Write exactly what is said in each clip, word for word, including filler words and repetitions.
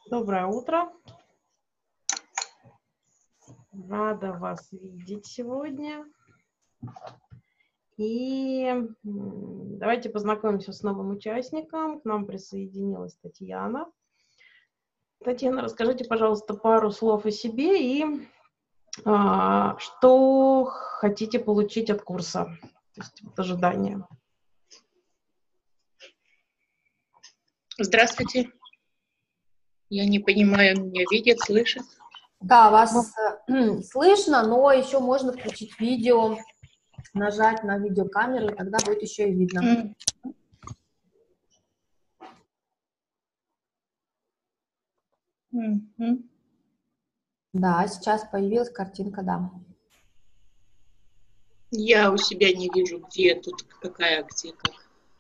Доброе утро. Рада вас видеть сегодня. И давайте познакомимся с новым участником. К нам присоединилась Татьяна. Татьяна, расскажите, пожалуйста, пару слов о себе и а, что хотите получить от курса, то есть от ожидания. Здравствуйте. Я не понимаю, меня видят, слышат? Да, вас ну, слышно, но еще можно включить видео, нажать на видеокамеру, и тогда будет еще и видно. Mm-hmm. Да, сейчас появилась картинка, да. Я у себя не вижу, где тут, какая, где, как.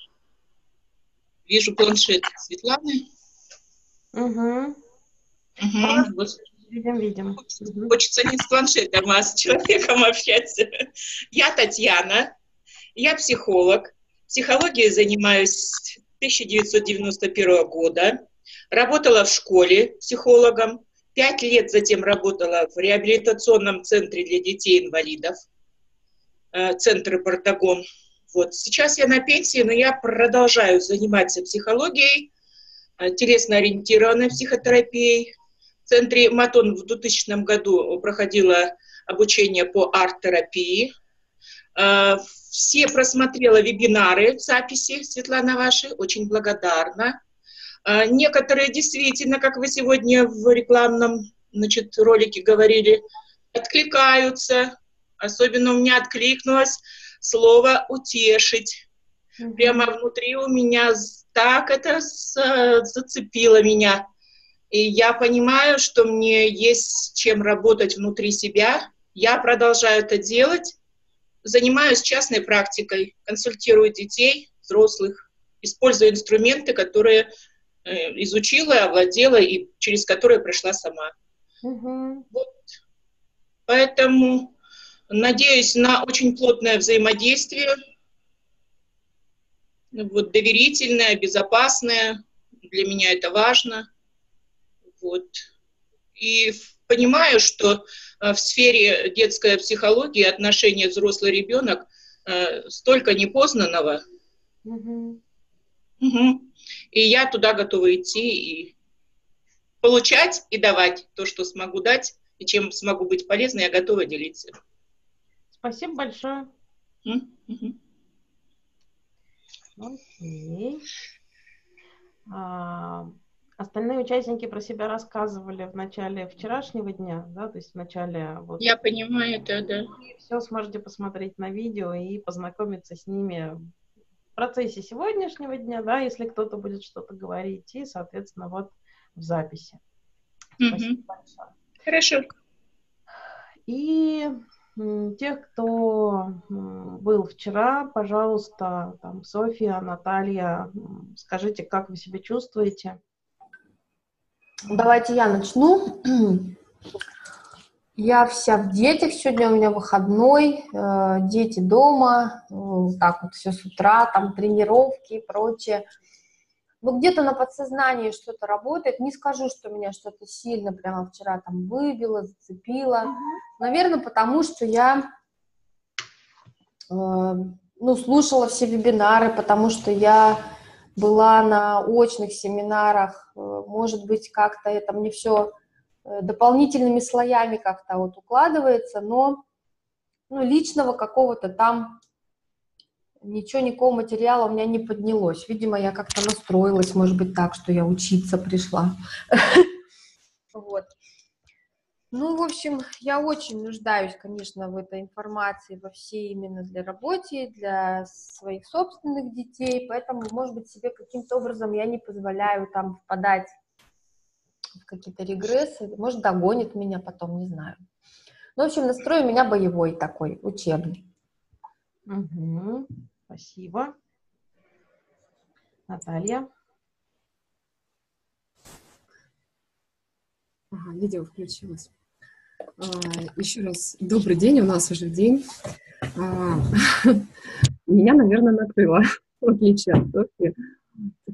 Вижу планшет Светланы. Угу. Угу. Вот. Видим, видим. Хочется не с планшетом, а с человеком общаться. Я Татьяна, я психолог. Психологией занимаюсь с тысяча девятьсот девяносто первого года. Работала в школе психологом. Пять лет затем работала в реабилитационном центре для детей-инвалидов. Центр Бартагон. Вот. Сейчас я на пенсии, но я продолжаю заниматься психологией, телесно-ориентированной психотерапией. В центре Матон в двухтысячном году проходила обучение по арт-терапии. Все просмотрела вебинары в записи, Светлана, ваши, очень благодарна. Некоторые действительно, как вы сегодня в рекламном, значит, ролике говорили, откликаются. Особенно у меня откликнулось слово «утешить». Mm-hmm. Прямо внутри у меня так это зацепило меня. И я понимаю, что мне есть с чем работать внутри себя. Я продолжаю это делать. Занимаюсь частной практикой, консультирую детей, взрослых, использую инструменты, которые изучила, овладела и через которые прошла сама. Mm-hmm. Вот. Поэтому надеюсь на очень плотное взаимодействие, вот, доверительное, безопасное. Для меня это важно. Вот. И понимаю, что в сфере детской психологии отношения взрослый-ребенок столько непознанного. Угу. Угу. И я туда готова идти и получать и давать то, что смогу дать, и чем смогу быть полезной, я готова делиться. Спасибо большое. Mm-hmm. Окей. А, остальные участники про себя рассказывали в начале вчерашнего дня, да, то есть в начале... Вот, я понимаю это, да. Все сможете посмотреть на видео и познакомиться с ними в процессе сегодняшнего дня, да, если кто-то будет что-то говорить, и, соответственно, вот в записи. Mm-hmm. Спасибо большое. Хорошо. И тех, кто был вчера, пожалуйста, там, Софья, Наталья, скажите, как вы себя чувствуете? Давайте я начну. Я вся в детях, сегодня у меня выходной, дети дома, так вот все с утра, там тренировки и прочее. Но где-то на подсознании что-то работает. Не скажу, что меня что-то сильно прямо вчера там выбило, зацепило. Mm-hmm. Наверное, потому что я э, ну, слушала все вебинары, потому что я была на очных семинарах. Может быть, как-то это мне все дополнительными слоями как-то вот укладывается, но ну, личного какого-то там ничего, никакого материала у меня не поднялось. Видимо, я как-то настроилась, может быть, так, что я учиться пришла. Вот. Ну, в общем, я очень нуждаюсь, конечно, в этой информации во всей именно для работы, для своих собственных детей, поэтому, может быть, себе каким-то образом я не позволяю там впадать в какие-то регрессы, может, догонит меня потом, не знаю. Ну, в общем, настрой у меня боевой такой, учебный. Угу. Спасибо. Наталья. Ага, видео включилось. А, еще раз добрый день, у нас уже день. А, меня, наверное, накрыло, в отличие от Софьи,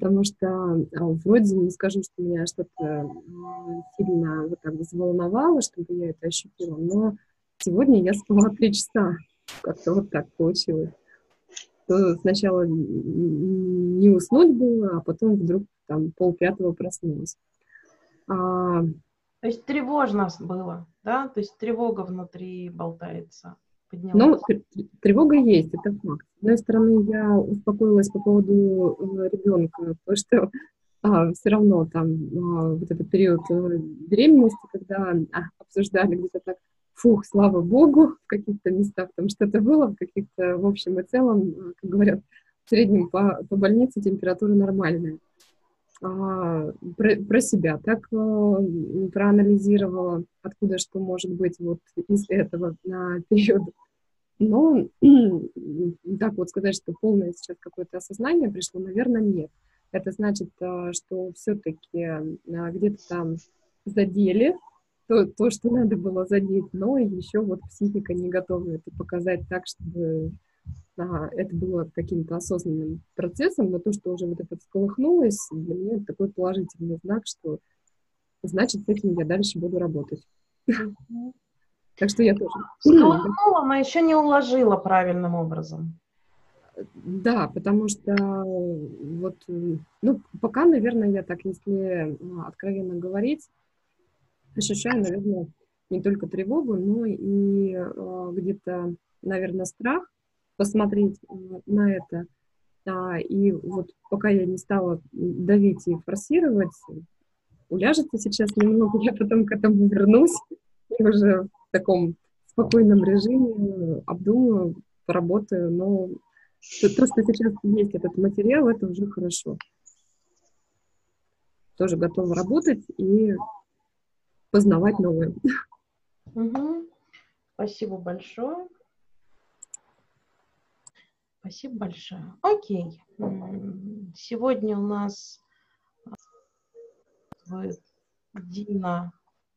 потому что а, вроде не скажу, что меня что-то а, сильно вот так взволновало, чтобы я это ощутила, но сегодня я спала три часа. Как-то вот так получилось. То сначала не уснуть было, а потом вдруг там полпятого проснулась. А, То есть тревожно было, да? То есть тревога внутри болтается, ну, поднялась. тр- тревога есть, это факт. С одной стороны, я успокоилась по поводу э, ребенка, потому что а, все равно там а, вот этот период э, беременности, когда а, обсуждали где-то так, фух, слава богу, в каких-то местах там что-то было, в каких-то, в общем и целом, э, как говорят, в среднем по, по больнице температура нормальная. А, про, про себя так э, проанализировала, откуда что может быть вот из этого на период. Но так вот сказать, что полное сейчас какое-то осознание пришло, наверное, нет. Это значит, а, что все-таки а, где-то там задели то, то, что надо было задеть, но еще вот психика не готова это показать так, чтобы а, это было каким-то осознанным процессом, но то, что уже вот это всколыхнулось, для меня это такой положительный знак, что значит, с этим я дальше буду работать. Так что я тоже. Всколыхнула, но еще не уложила правильным образом. Да, потому что вот, ну, пока, наверное, я так, если ну, откровенно говорить, ощущаю, наверное, не только тревогу, но и э, где-то, наверное, страх посмотреть э, на это. А, и вот пока я не стала давить и форсировать, уляжется сейчас немного, я потом к этому вернусь и уже в таком спокойном режиме обдумаю, поработаю, но то, то, что сейчас есть этот материал, это уже хорошо. Тоже готова работать и познавать новое. Угу. Спасибо большое. Спасибо большое. Окей. Сегодня у нас Дина.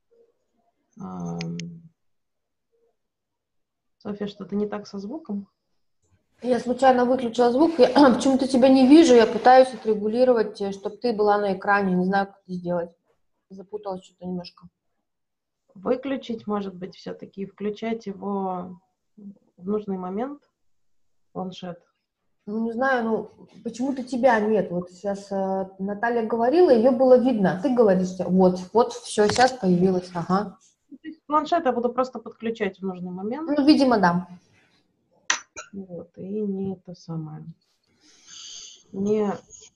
Софья, что-то не так со звуком? Я случайно выключила звук, я почему-то тебя не вижу, я пытаюсь отрегулировать, чтобы ты была на экране, не знаю, как это сделать. Запуталась что-то немножко. Выключить, может быть, все-таки включать его в нужный момент, планшет. Ну, не знаю, ну, почему-то тебя нет. Вот сейчас э, Наталья говорила, ее было видно. Ты говоришь, вот, вот, все, сейчас появилось, ага. То есть планшет я буду просто подключать в нужный момент. Ну, видимо, да. Вот, и не это самое. Не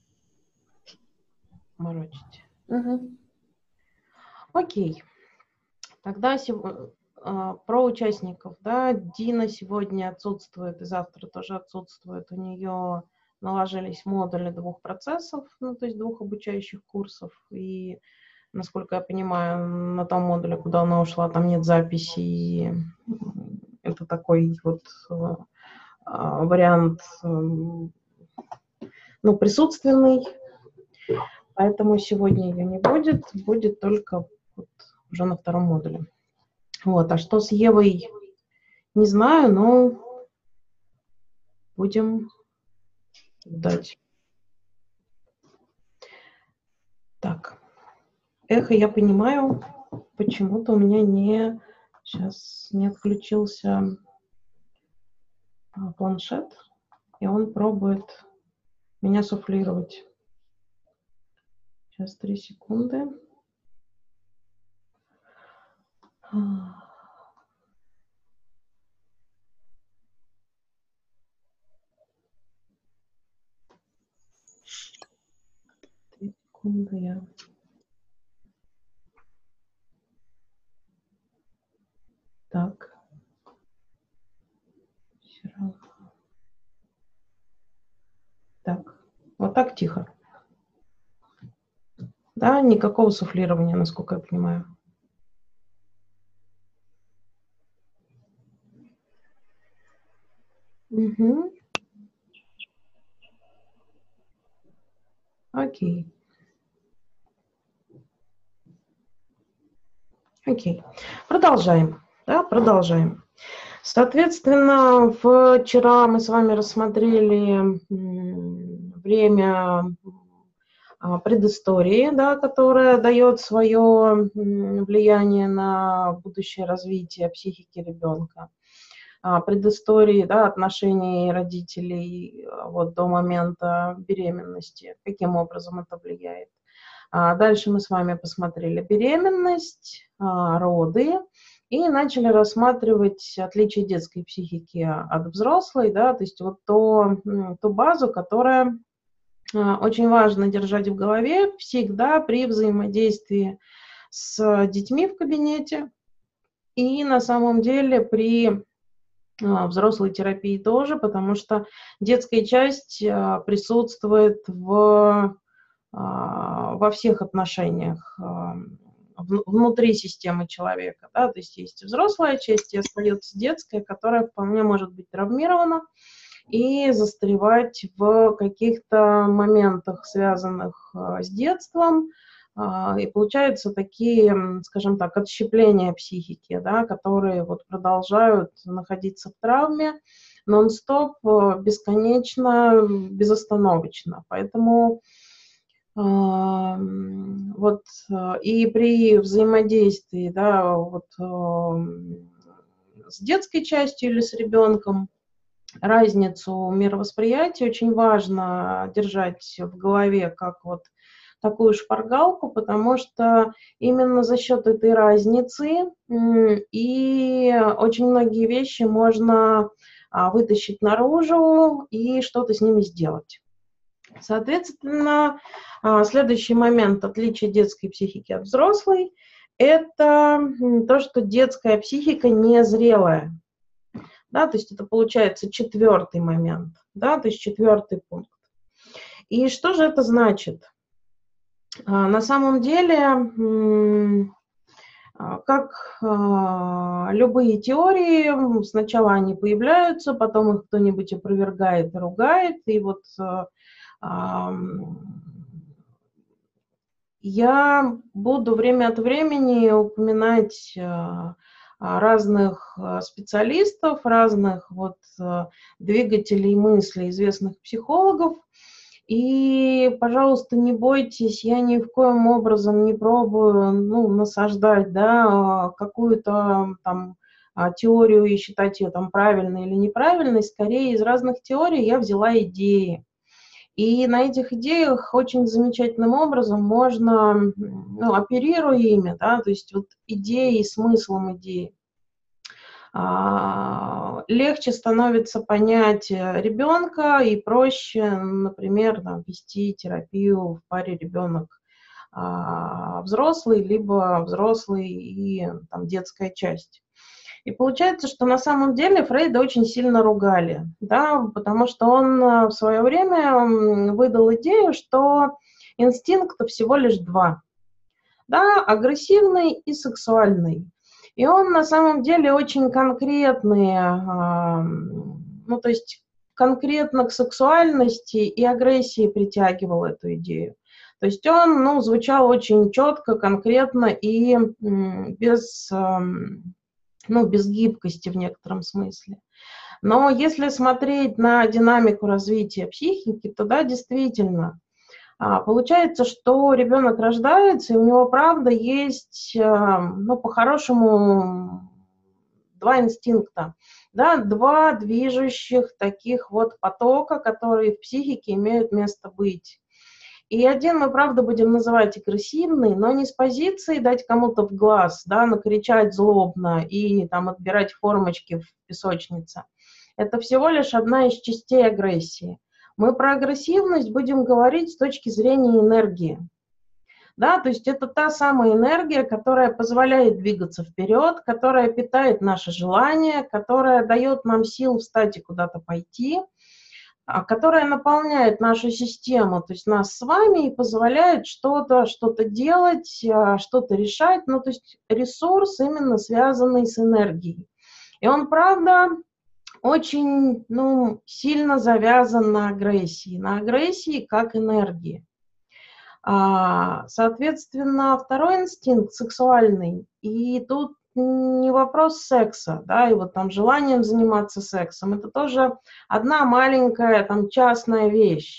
морочить. Угу. Окей. Тогда сего, э, про участников. Да, Дина сегодня отсутствует и завтра тоже отсутствует. У нее наложились модули двух процессов, ну, то есть двух обучающих курсов. И, насколько я понимаю, на том модуле, куда она ушла, там нет записи. И это такой вот э, вариант, э, ну, присутственный. Поэтому сегодня ее не будет. Будет только вот уже на втором модуле. Вот. А что с Евой, не знаю, но будем ждать. Так. Эхо, я понимаю, почему-то у меня не сейчас не отключился планшет, и он пробует меня суфлировать. Сейчас три секунды. Три секунды я. Так. Так. Вот так тихо. Да, никакого суфлирования, насколько я понимаю. Угу. Окей. Окей. Продолжаем. Да, продолжаем. Соответственно, вчера мы с вами рассмотрели время предыстории, да, которая дает свое влияние на будущее развитие психики ребенка, предыстории, да, отношений родителей вот, до момента беременности, каким образом это влияет. Дальше мы с вами посмотрели беременность, роды и начали рассматривать отличия детской психики от взрослой, да, то есть вот то, ту базу, которая очень важно держать в голове всегда при взаимодействии с детьми в кабинете и на самом деле при взрослой терапии тоже, потому что детская часть присутствует в, во всех отношениях внутри системы человека. Да? То есть есть взрослая часть и остается детская, которая вполне может быть травмирована и застревать в каких-то моментах, связанных с детством. И получаются такие, скажем так, отщепления психики, да, которые вот продолжают находиться в травме нон-стоп, бесконечно, безостановочно. Поэтому э, вот и при взаимодействии, да, вот, э, с детской частью или с ребенком разницу мировосприятия очень важно держать в голове как вот такую шпаргалку, потому что именно за счет этой разницы и очень многие вещи можно вытащить наружу и что-то с ними сделать. Соответственно, следующий момент отличия детской психики от взрослой – это то, что детская психика незрелая. Да, то есть это получается четвертый момент, да, то есть четвертый пункт. И что же это значит? На самом деле, как любые теории, сначала они появляются, потом их кто-нибудь опровергает и ругает, и вот я буду время от времени упоминать разных специалистов, разных вот двигателей мысли известных психологов. И, пожалуйста, не бойтесь, я ни в коем образом не пробую, ну, насаждать, да, какую-то там теорию и считать ее там правильной или неправильной. Скорее, из разных теорий я взяла идеи. И на этих идеях очень замечательным образом можно, ну, оперируя ими, да, то есть вот идеей, смыслом идеи, легче становится понять ребенка и проще, например, там, вести терапию в паре ребенок взрослый, либо взрослый и там, детская часть. И получается, что на самом деле Фрейда очень сильно ругали, да, потому что он в свое время выдал идею, что инстинктов всего лишь два, да, агрессивный и сексуальный. И он на самом деле очень конкретный, ну то есть конкретно к сексуальности и агрессии притягивал эту идею. То есть он, ну, звучал очень четко, конкретно и без... ну, без гибкости в некотором смысле. Но если смотреть на динамику развития психики, то да, действительно, получается, что ребенок рождается, и у него, правда, есть, ну, по-хорошему, два инстинкта, да, два движущих таких вот потока, которые в психике имеют место быть. И один мы, правда, будем называть агрессивный, но не с позиции дать кому-то в глаз, да, накричать злобно и там отбирать формочки в песочнице. Это всего лишь одна из частей агрессии. Мы про агрессивность будем говорить с точки зрения энергии. Да, то есть это та самая энергия, которая позволяет двигаться вперед, которая питает наши желания, которая дает нам сил встать и куда-то пойти, которая наполняет нашу систему, то есть нас с вами, и позволяет что-то что-то делать, что-то решать, ну, то есть ресурс именно связанный с энергией. И он, правда, очень, ну, сильно завязан на агрессии, на агрессии как энергии. Соответственно, второй инстинкт сексуальный, и тут не вопрос секса, да, и вот там желанием заниматься сексом, это тоже одна маленькая там частная вещь.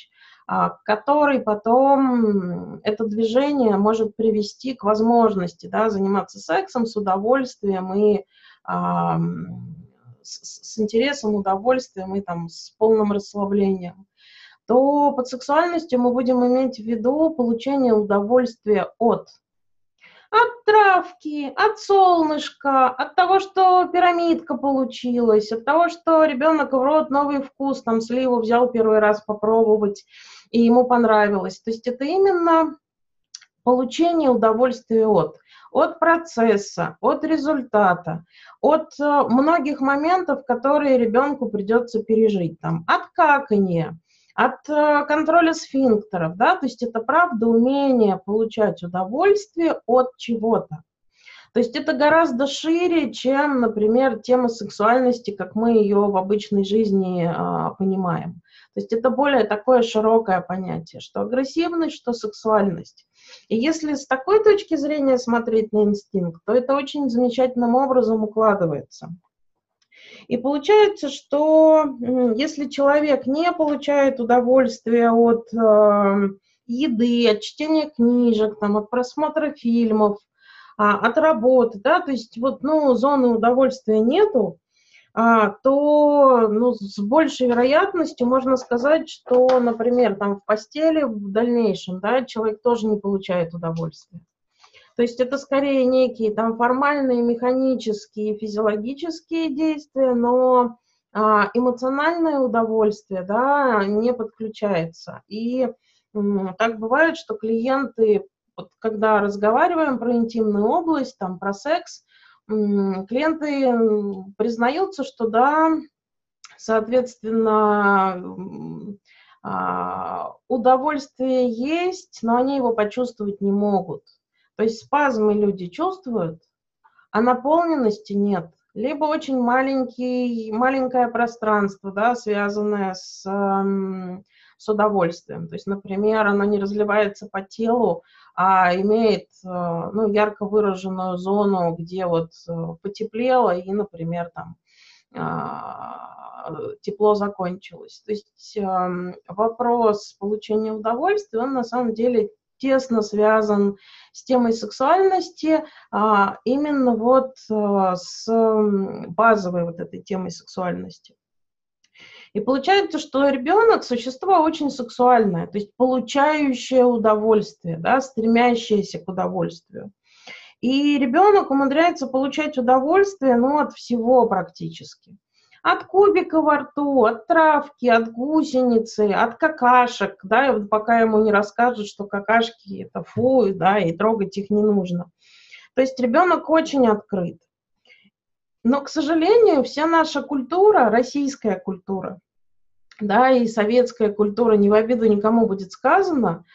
который потом, это движение может привести к возможности, да, заниматься сексом с удовольствием и а, с, с интересом, удовольствием и там, с полным расслаблением, то под сексуальностью мы будем иметь в виду получение удовольствия от От травки, от солнышка, от того, что пирамидка получилась, от того, что ребенок в рот новый вкус, там сливу взял первый раз попробовать, и ему понравилось. То есть это именно получение удовольствия от, от процесса, от результата, от э, многих моментов, которые ребенку придется пережить, там, от какания, от э, контроля сфинктеров, да, то есть это правда умение получать удовольствие от чего-то. То есть это гораздо шире, чем, например, тема сексуальности, как мы ее в обычной жизни э, понимаем. То есть это более такое широкое понятие, что агрессивность, что сексуальность. И если с такой точки зрения смотреть на инстинкт, то это очень замечательным образом укладывается. И получается, что если человек не получает удовольствия от э, еды, от чтения книжек, там, от просмотра фильмов, а, от работы, да, то есть вот, ну, зоны удовольствия нету, а, то ну, с большей вероятностью можно сказать, что, например, там, в постели в дальнейшем, да, человек тоже не получает удовольствия. То есть это скорее некие там формальные, механические, физиологические действия, но а, эмоциональное удовольствие, да, не подключается. И м, так бывает, что клиенты, вот, когда разговариваем про интимную область, там, про секс, м, клиенты м, признаются, что да, соответственно, м, а, удовольствие есть, но они его почувствовать не могут. То есть спазмы люди чувствуют, а наполненности нет. Либо очень маленький, маленькое пространство, да, связанное с, эм, с удовольствием. То есть, например, оно не разливается по телу, а имеет э, ну, ярко выраженную зону, где вот э, потеплело и, например, там э, тепло закончилось. То есть э, вопрос получения удовольствия, он на самом деле тесно связан с темой сексуальности, а, именно вот а, с базовой вот этой темой сексуальности. И получается, что ребенок – существо очень сексуальное, то есть получающее удовольствие, да, стремящееся к удовольствию. И ребенок умудряется получать удовольствие, ну, от всего практически. От кубика во рту, от травки, от гусеницы, от какашек, да, и вот пока ему не расскажут, что какашки это фу, да, и трогать их не нужно. То есть ребенок очень открыт. Но, к сожалению, вся наша культура, российская культура, да, и советская культура, не в обиду никому будет сказано,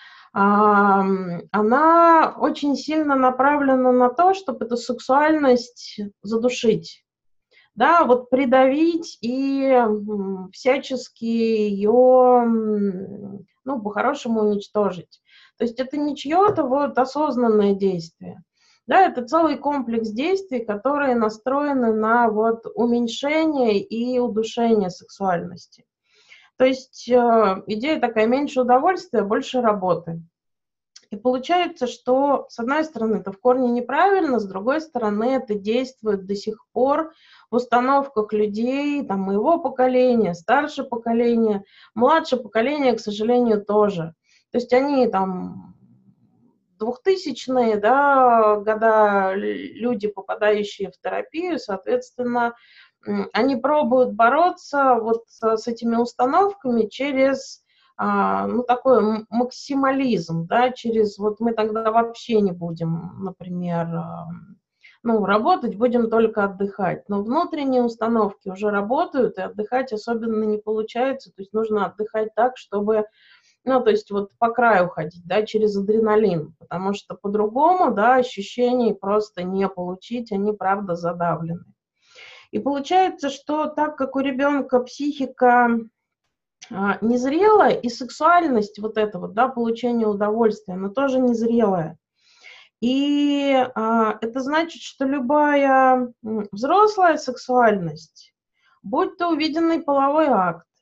она очень сильно направлена на то, чтобы эту сексуальность задушить. Да, вот придавить и всячески ее, ну, по-хорошему уничтожить. То есть это не чье-то вот осознанное действие. Да, это целый комплекс действий, которые настроены на вот уменьшение и удушение сексуальности. То есть э, идея такая: меньше удовольствия, больше работы. И получается, что, с одной стороны, это в корне неправильно, с другой стороны, это действует до сих пор в установках людей, там, моего поколения, старшее поколение, младшее поколение, к сожалению, тоже. То есть они там двухтысячные, да, года люди, попадающие в терапию, соответственно, они пробуют бороться вот с этими установками через ну, такой максимализм, да, через вот мы тогда вообще не будем, например, ну, работать, будем только отдыхать. Но внутренние установки уже работают, и отдыхать особенно не получается, то есть нужно отдыхать так, чтобы, ну, то есть вот по краю ходить, да, через адреналин, потому что по-другому, да, ощущений просто не получить, они, правда, задавлены. И получается, что так как у ребенка психика незрелая, и сексуальность вот это вот, да, получение удовольствия, но тоже незрелая. И а, это значит, что любая взрослая сексуальность, будь то увиденный половой акт,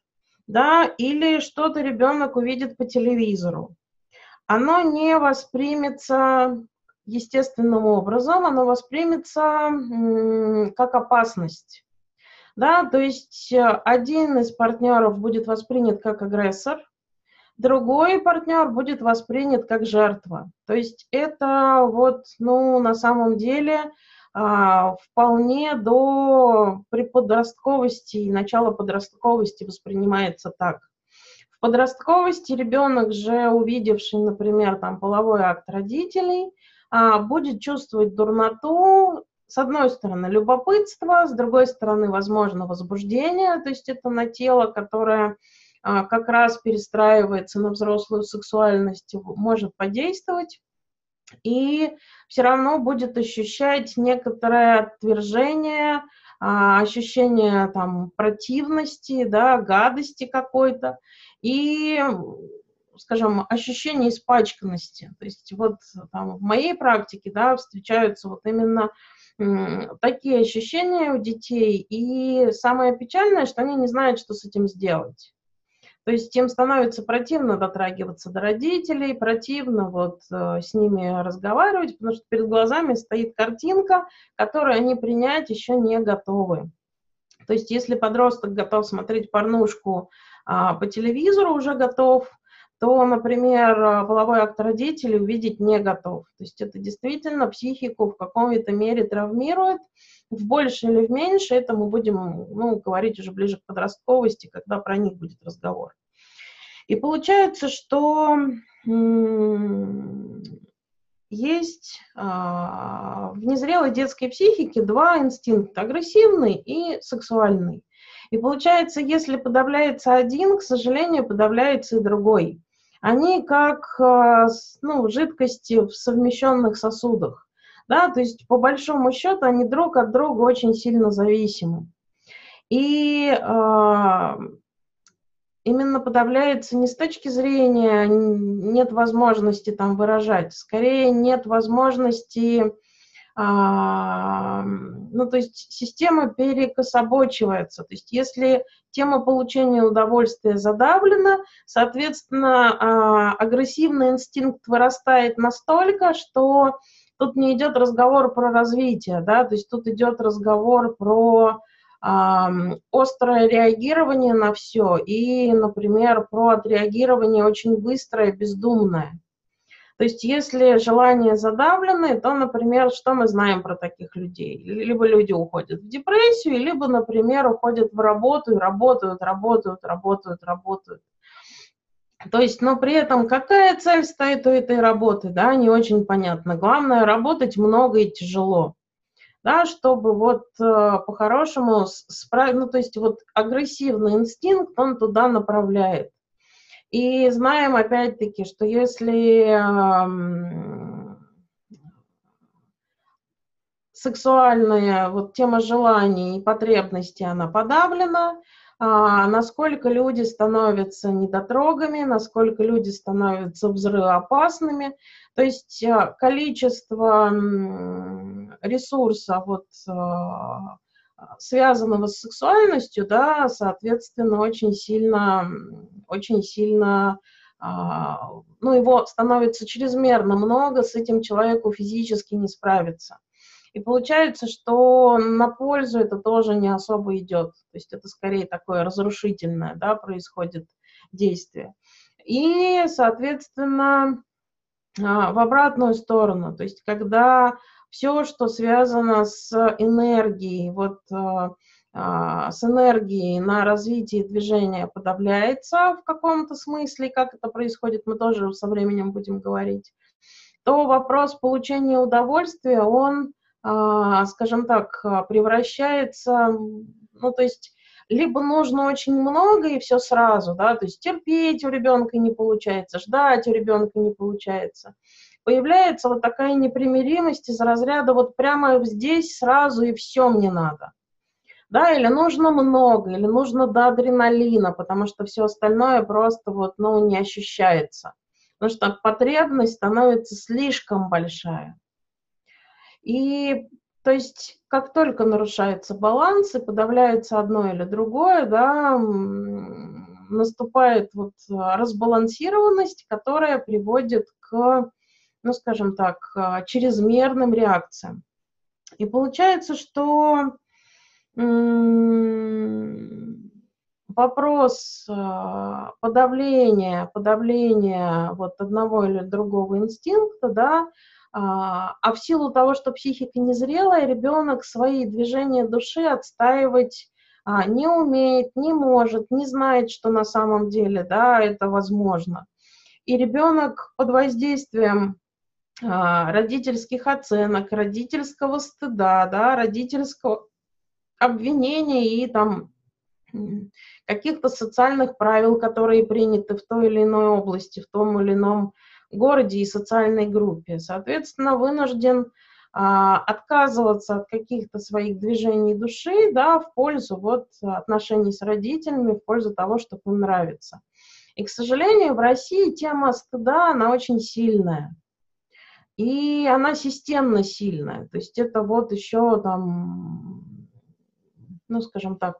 да, или что-то ребенок увидит по телевизору. Оно не воспримется естественным образом, оно воспримется м, как опасность. Да, то есть один из партнеров будет воспринят как агрессор, другой партнер будет воспринят как жертва. То есть это вот, ну, на самом деле а, вполне до преподростковости и начала подростковости воспринимается так. В подростковости ребенок же, увидевший, например, там, половой акт родителей, а, будет чувствовать дурноту. С одной стороны, любопытство, с другой стороны, возможно, возбуждение, то есть это на тело, которое а, как раз перестраивается на взрослую сексуальность, может подействовать, и все равно будет ощущать некоторое отвержение, а, ощущение там противности, да, гадости какой-то, и, скажем, ощущение испачканности. То есть вот там в моей практике, да, встречаются вот именно такие ощущения у детей, и самое печальное, что они не знают, что с этим сделать. То есть им становится противно дотрагиваться до родителей, противно вот э, с ними разговаривать, потому что перед глазами стоит картинка, которую они принять еще не готовы. То есть если подросток готов смотреть порнушку а, по телевизору, уже готов, то, например, половой акт родителей увидеть не готов. То есть это действительно психику в каком-то мере травмирует. В больше или в меньше это мы будем, ну, говорить уже ближе к подростковости, когда про них будет разговор. И получается, что м- есть а, в незрелой детской психике два инстинкта – агрессивный и сексуальный. И получается, если подавляется один, к сожалению, подавляется и другой. Они как ну, жидкости в совмещенных сосудах. Да? То есть, по большому счету, они друг от друга очень сильно зависимы. И э, именно подавляется не с точки зрения нет возможности там выражать, скорее нет возможности... Ну, то есть система перекособочивается. То есть если тема получения удовольствия задавлена, соответственно, агрессивный инстинкт вырастает настолько, что тут не идет разговор про развитие, да, то есть тут идет разговор про острое реагирование на все и, например, про отреагирование очень быстрое, бездумное. То есть если желания задавлены, то, например, что мы знаем про таких людей? Либо люди уходят в депрессию, либо, например, уходят в работу и работают, работают, работают, работают. То есть, но при этом какая цель стоит у этой работы, да, не очень понятно. Главное, работать много и тяжело, да, чтобы вот э, по-хорошему справить, ну, то есть вот агрессивный инстинкт, он туда направляет. И знаем, опять-таки, что если э, сексуальная вот тема желаний и потребностей, она подавлена, э, насколько люди становятся недотрогами, насколько люди становятся взрывоопасными, то есть э, количество э, ресурса вот, э, связанного с сексуальностью, да, соответственно, очень сильно, очень сильно, а, ну, его становится чрезмерно много, с этим человеку физически не справиться. И получается, что на пользу это тоже не особо идет. То есть это скорее такое разрушительное, да, происходит действие. И, соответственно, в обратную сторону, то есть когда все, что связано с энергией, вот с энергией на развитие движения подавляется в каком-то смысле, как это происходит, мы тоже со временем будем говорить, то вопрос получения удовольствия, он, скажем так, превращается, ну, то есть либо нужно очень много и все сразу, да, то есть терпеть у ребенка не получается, ждать у ребенка не получается. Появляется вот такая непримиримость из разряда вот прямо здесь сразу и все мне надо. Да, или нужно много, или нужно до адреналина, потому что все остальное просто вот, ну, не ощущается. Потому что потребность становится слишком большая. И, то есть, как только нарушается баланс и подавляется одно или другое, да, наступает вот разбалансированность, которая приводит к, ну, скажем так, чрезмерным реакциям. И получается, что вопрос подавления, подавления вот одного или другого инстинкта, да, а в силу того, что психика незрелая, ребенок свои движения души отстаивать не умеет, не может, не знает, что на самом деле, да, это возможно. И ребенок под воздействием родительских оценок, родительского стыда, да, родительского обвинения и там каких-то социальных правил, которые приняты в той или иной области, в том или ином городе и социальной группе. Соответственно, вынужден а, отказываться от каких-то своих движений души, да, в пользу вот отношений с родителями, в пользу того, что им нравится. И, к сожалению, в России тема стыда, она очень сильная. И она системно сильная. То есть это вот еще там, ну, скажем так,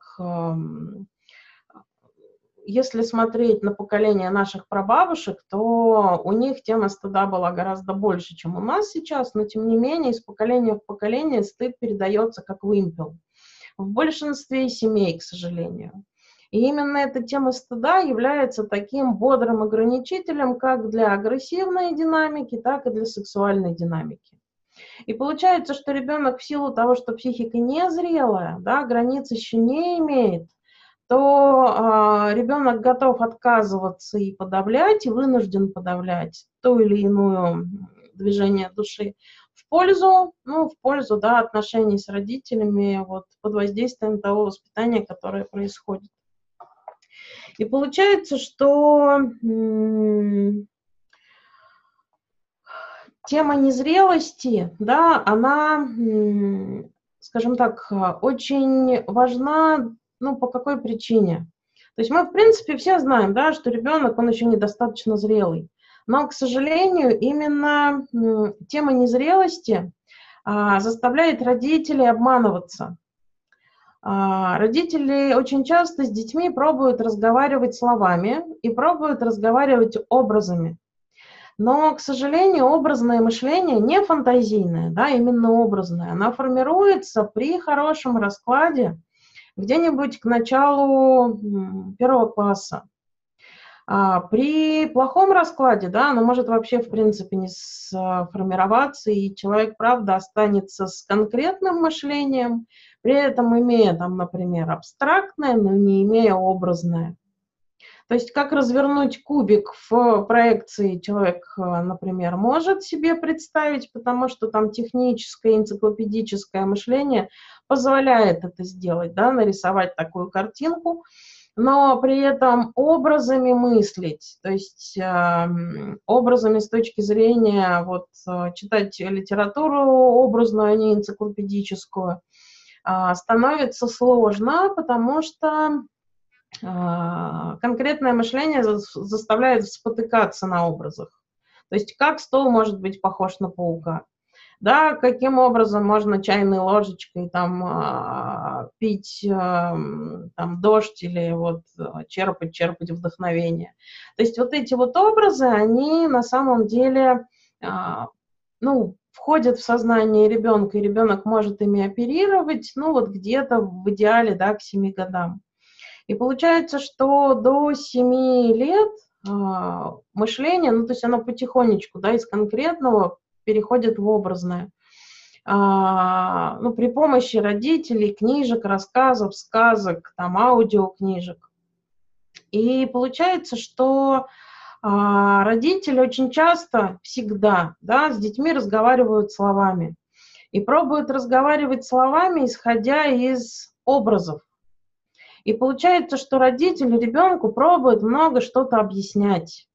если смотреть на поколение наших прабабушек, то у них тема стыда была гораздо больше, чем у нас сейчас, но тем не менее из поколения в поколение стыд передается как вымпел. В большинстве семей, к сожалению. И именно эта тема стыда является таким бодрым ограничителем как для агрессивной динамики, так и для сексуальной динамики. И получается, что ребенок в силу того, что психика незрелая, да, границ еще не имеет, то э, ребенок готов отказываться и подавлять, и вынужден подавлять то или иное движение души в пользу, ну, в пользу, да, отношений с родителями, вот, под воздействием того воспитания, которое происходит. И получается, что м- тема незрелости, да, она, м- скажем так, очень важна. Ну, по какой причине? То есть мы, в принципе, все знаем, да, что ребенок, он еще недостаточно зрелый. Но, к сожалению, именно м, тема незрелости а, заставляет родителей обманываться. А, родители очень часто с детьми пробуют разговаривать словами и пробуют разговаривать образами. Но, к сожалению, образное мышление не фантазийное, да, именно образное. Оно формируется при хорошем раскладе где-нибудь к началу первого класса. А при плохом раскладе, да, оно может вообще, в принципе, не сформироваться, и человек, правда, останется с конкретным мышлением, при этом имея, там, например, абстрактное, но не имея образное. То есть как развернуть кубик в проекции человек, например, может себе представить, потому что там техническое, энциклопедическое мышление позволяет это сделать, да, нарисовать такую картинку, но при этом образами мыслить, то есть э, образами с точки зрения вот, читать литературу образную, а не энциклопедическую, э, становится сложно, потому что конкретное мышление заставляет спотыкаться на образах. То есть как стол может быть похож на паука? Да, каким образом можно чайной ложечкой там пить там, дождь или вот черпать, черпать вдохновение. То есть вот эти вот образы, они на самом деле, ну, входят в сознание ребенка, и ребенок может ими оперировать, ну, вот где-то в идеале, да, к семи годам. И получается, что до семи лет э, мышление, ну, то есть оно потихонечку, да, из конкретного переходит в образное. А, ну, при помощи родителей, книжек, рассказов, сказок, там, аудиокнижек. И получается, что а, родители очень часто, всегда, да, с детьми разговаривают словами. И пробуют разговаривать словами, исходя из образов. И получается, что родители ребенку пробуют много что-то объяснять.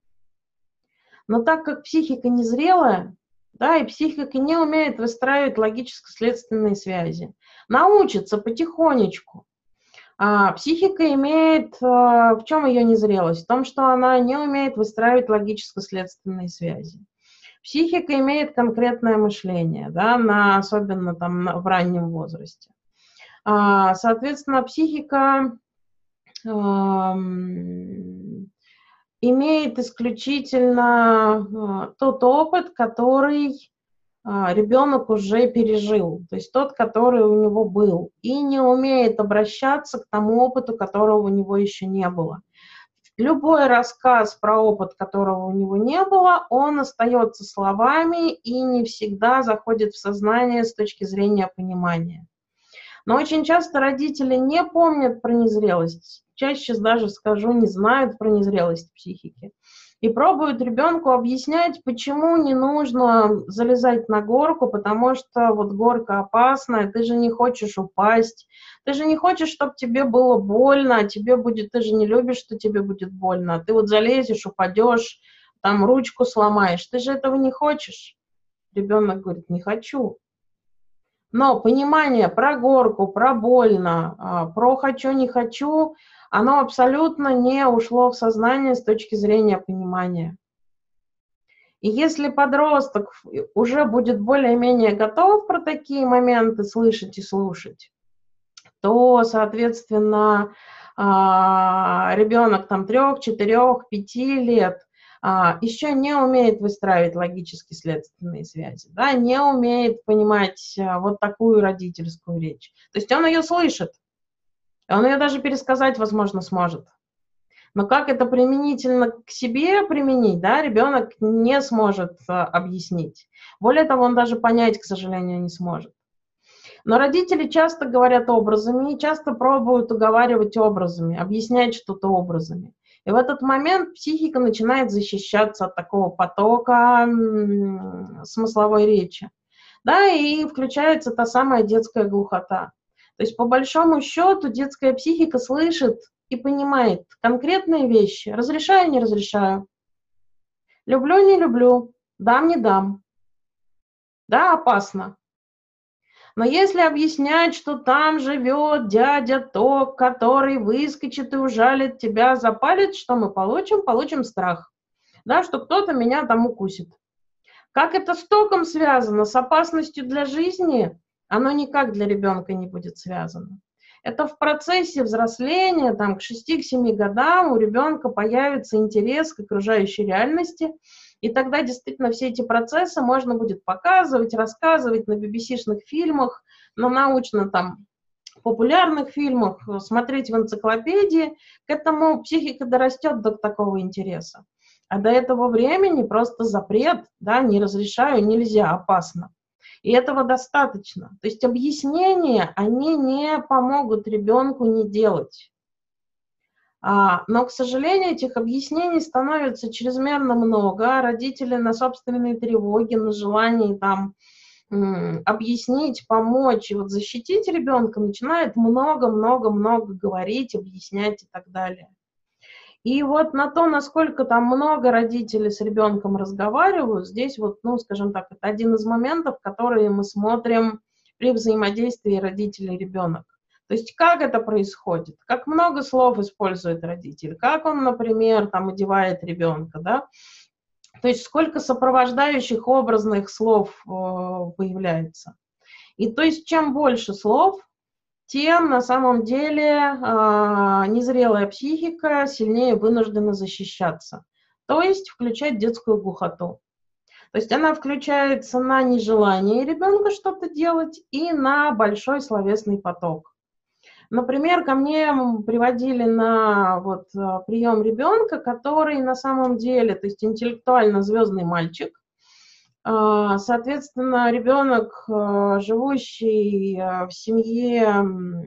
Но так как психика незрелая, да, и психика не умеет выстраивать логическо-следственные связи, научится потихонечку. А психика имеет, в чем ее незрелость? В том, что она не умеет выстраивать логическо-следственные связи. Психика имеет конкретное мышление, да, на, особенно там, в раннем возрасте. Соответственно, психика имеет исключительно тот опыт, который ребенок уже пережил, то есть тот, который у него был, и не умеет обращаться к тому опыту, которого у него еще не было. Любой рассказ про опыт, которого у него не было, он остается словами и не всегда заходит в сознание с точки зрения понимания. Но очень часто родители не помнят про незрелость, чаще даже, скажу, не знают про незрелость психики. И пробуют ребенку объяснять, почему не нужно залезать на горку, потому что вот горка опасная, ты же не хочешь упасть, ты же не хочешь, чтобы тебе было больно, а тебе будет, ты же не любишь, что тебе будет больно, ты вот залезешь, упадешь, там ручку сломаешь, ты же этого не хочешь. Ребенок говорит, не хочу. Но понимание про горку, про больно, про хочу, не хочу, оно абсолютно не ушло в сознание с точки зрения понимания. И если подросток уже будет более-менее готов про такие моменты слышать и слушать, то, соответственно, ребенок там трех, четырех, пяти лет еще не умеет выстраивать логически следственные связи, да, не умеет понимать вот такую родительскую речь. То есть он ее слышит, он ее даже пересказать, возможно, сможет. Но как это применительно к себе применить, да, ребенок не сможет объяснить. Более того, он даже понять, к сожалению, не сможет. Но родители часто говорят образами и часто пробуют уговаривать образами, объяснять что-то образами. И в этот момент психика начинает защищаться от такого потока смысловой речи. Да, и включается та самая детская глухота. То есть, по большому счету, детская психика слышит и понимает конкретные вещи. Разрешаю, не разрешаю. Люблю, не люблю. Дам, не дам. Да, опасно. Но если объяснять, что там живет дядя Ток, который выскочит и ужалит тебя за палец, что мы получим? Получим страх. Да, что кто-то меня там укусит. Как это с током связано, с опасностью для жизни? Оно никак для ребенка не будет связано. Это в процессе взросления, там, к шести-семи годам у ребенка появится интерес к окружающей реальности, и тогда действительно все эти процессы можно будет показывать, рассказывать на би би си-шных фильмах, на научно там популярных фильмах, смотреть в энциклопедии. К этому психика дорастет до такого интереса. А до этого времени просто запрет, да, не разрешаю, нельзя, опасно. И этого достаточно. То есть объяснения, они не помогут ребенку не делать. А, но, к сожалению, этих объяснений становится чрезмерно много. Родители на собственной тревоге, на желании там м, объяснить, помочь и вот защитить ребенка начинают много-много-много говорить, объяснять и так далее. И вот на то, насколько там много родителей с ребенком разговаривают, здесь вот, ну, скажем так, это один из моментов, которые мы смотрим при взаимодействии родителей и ребенок. То есть как это происходит, как много слов использует родитель, как он, например, там одевает ребенка, да, то есть сколько сопровождающих образных слов э, появляется. И то есть чем больше слов, тем на самом деле э, незрелая психика сильнее вынуждена защищаться, то есть включать детскую глухоту. То есть она включается на нежелание ребенка что-то делать и на большой словесный поток. Например, ко мне приводили на вот, прием ребенка, который на самом деле, то есть интеллектуально звездный мальчик. Соответственно, ребенок, живущий в семье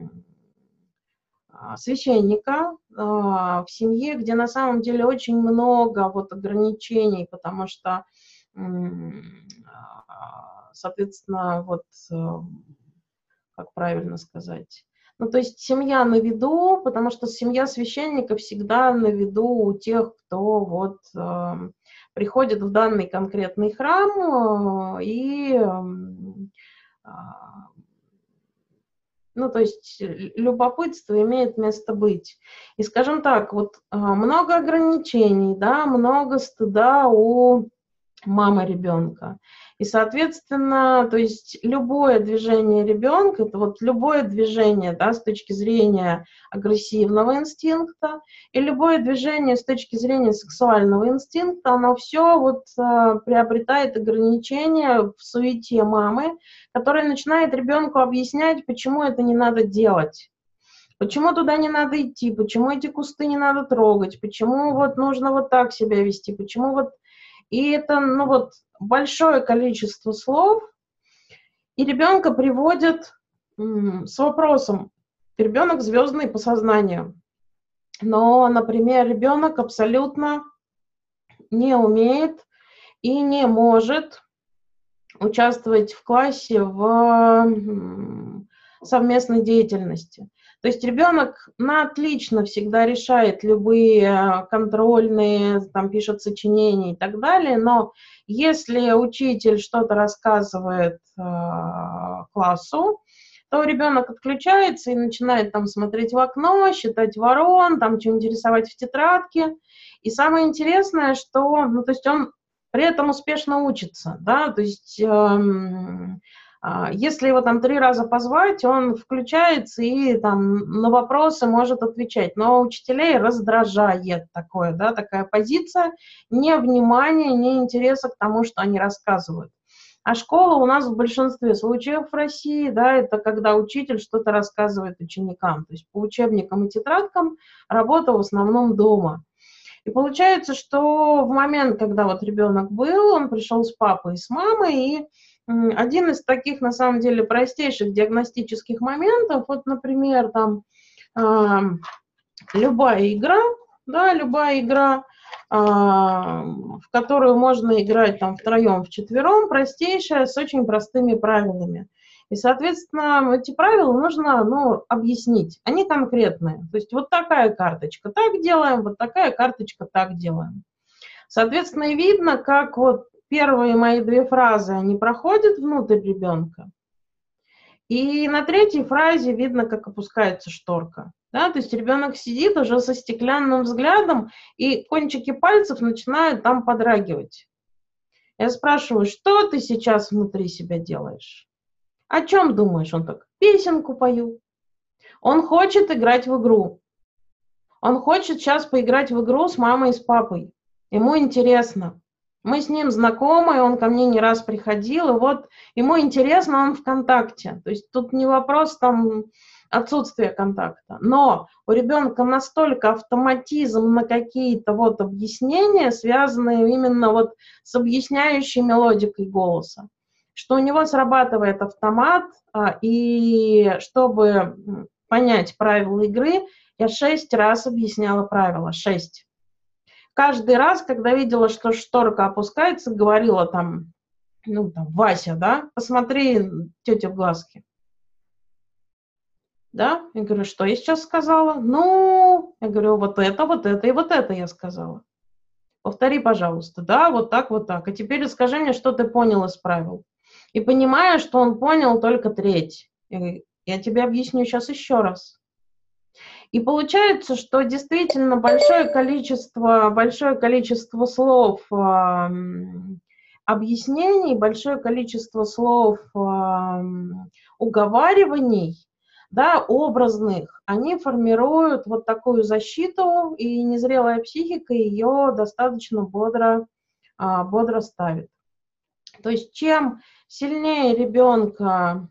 священника, в семье, где на самом деле очень много вот ограничений, потому что, соответственно, вот, как правильно сказать, ну, то есть семья на виду, потому что семья священника всегда на виду у тех, кто вот э, приходит в данный конкретный храм, э, и, э, ну, то есть любопытство имеет место быть. И, скажем так, вот э, много ограничений, да, много стыда у мама ребенка. И, соответственно, то есть любое движение ребенка, это вот любое движение, да, с точки зрения агрессивного инстинкта, и любое движение с точки зрения сексуального инстинкта, оно все вот а, приобретает ограничения в суете мамы, которая начинает ребенку объяснять, почему это не надо делать. Почему туда не надо идти, почему эти кусты не надо трогать, почему вот нужно вот так себя вести, почему вот... И это, ну вот, большое количество слов, и ребенка приводят м, с вопросом. Ребенок звездный по сознанию. Но, например, ребенок абсолютно не умеет и не может участвовать в классе в м, совместной деятельности. То есть ребенок на отлично всегда решает любые контрольные, там пишет сочинения и так далее, но если учитель что-то рассказывает э, классу, то ребенок отключается и начинает там смотреть в окно, считать ворон, там что-нибудь рисовать в тетрадке. И самое интересное, что, ну, то есть он при этом успешно учится, да, то есть эм, если его там три раза позвать, он включается и там на вопросы может отвечать. Но учителей раздражает такое, да, такая позиция невнимания, неинтереса к тому, что они рассказывают. А школа у нас в большинстве случаев в России, да, это когда учитель что-то рассказывает ученикам. То есть по учебникам и тетрадкам работа в основном дома. И получается, что в момент, когда вот ребенок был, он пришел с папой и с мамой, и один из таких, на самом деле, простейших диагностических моментов, вот, например, там, э, любая игра, да, любая игра, э, в которую можно играть там втроем, вчетвером, простейшая, с очень простыми правилами. И, соответственно, эти правила нужно, ну, объяснить. Они конкретные. То есть вот такая карточка так делаем, вот такая карточка так делаем. Соответственно, и видно, как вот первые мои две фразы, они проходят внутрь ребенка. И на третьей фразе видно, как опускается шторка. Да? То есть ребенок сидит уже со стеклянным взглядом, и кончики пальцев начинают там подрагивать. Я спрашиваю, что ты сейчас внутри себя делаешь? О чем думаешь? Он так, песенку пою. Он хочет играть в игру. Он хочет сейчас поиграть в игру с мамой и с папой. Ему интересно. Мы с ним знакомы, он ко мне не раз приходил, и вот ему интересно, он в контакте. То есть тут не вопрос там отсутствия контакта. Но у ребенка настолько автоматизм на какие-то вот объяснения, связанные именно вот с объясняющей мелодикой голоса, что у него срабатывает автомат, и чтобы понять правила игры, я шесть раз объясняла правила, шесть. Каждый раз, когда видела, что шторка опускается, говорила там, ну, там, Вася, да, посмотри тете в глазки. Да, я говорю, что я сейчас сказала? Ну, я говорю, вот это, вот это и вот это я сказала. Повтори, пожалуйста, да, вот так, вот так. А теперь расскажи мне, что ты понял из правил. И понимаю, что он понял только треть. Я говорю, я тебе объясню сейчас еще раз. И получается, что действительно большое количество, большое количество слов э, объяснений, большое количество слов э, уговариваний, да, образных, они формируют вот такую защиту, и незрелая психика ее достаточно бодро, э, бодро ставит. То есть чем сильнее ребенка,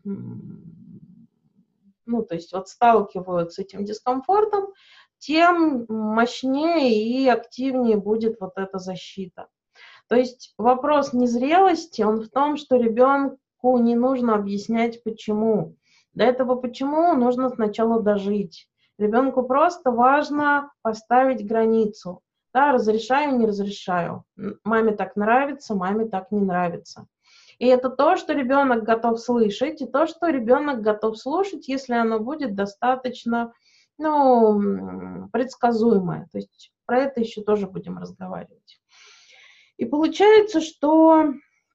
ну, то есть вот сталкивают с этим дискомфортом, тем мощнее и активнее будет вот эта защита. То есть вопрос незрелости, он в том, что ребенку не нужно объяснять почему. До этого почему нужно сначала дожить. Ребенку просто важно поставить границу. Да, разрешаю, не разрешаю. Маме так нравится, маме так не нравится. И это то, что ребенок готов слышать, и то, что ребенок готов слушать, если оно будет достаточно, ну, предсказуемое. То есть про это еще тоже будем разговаривать. И получается, что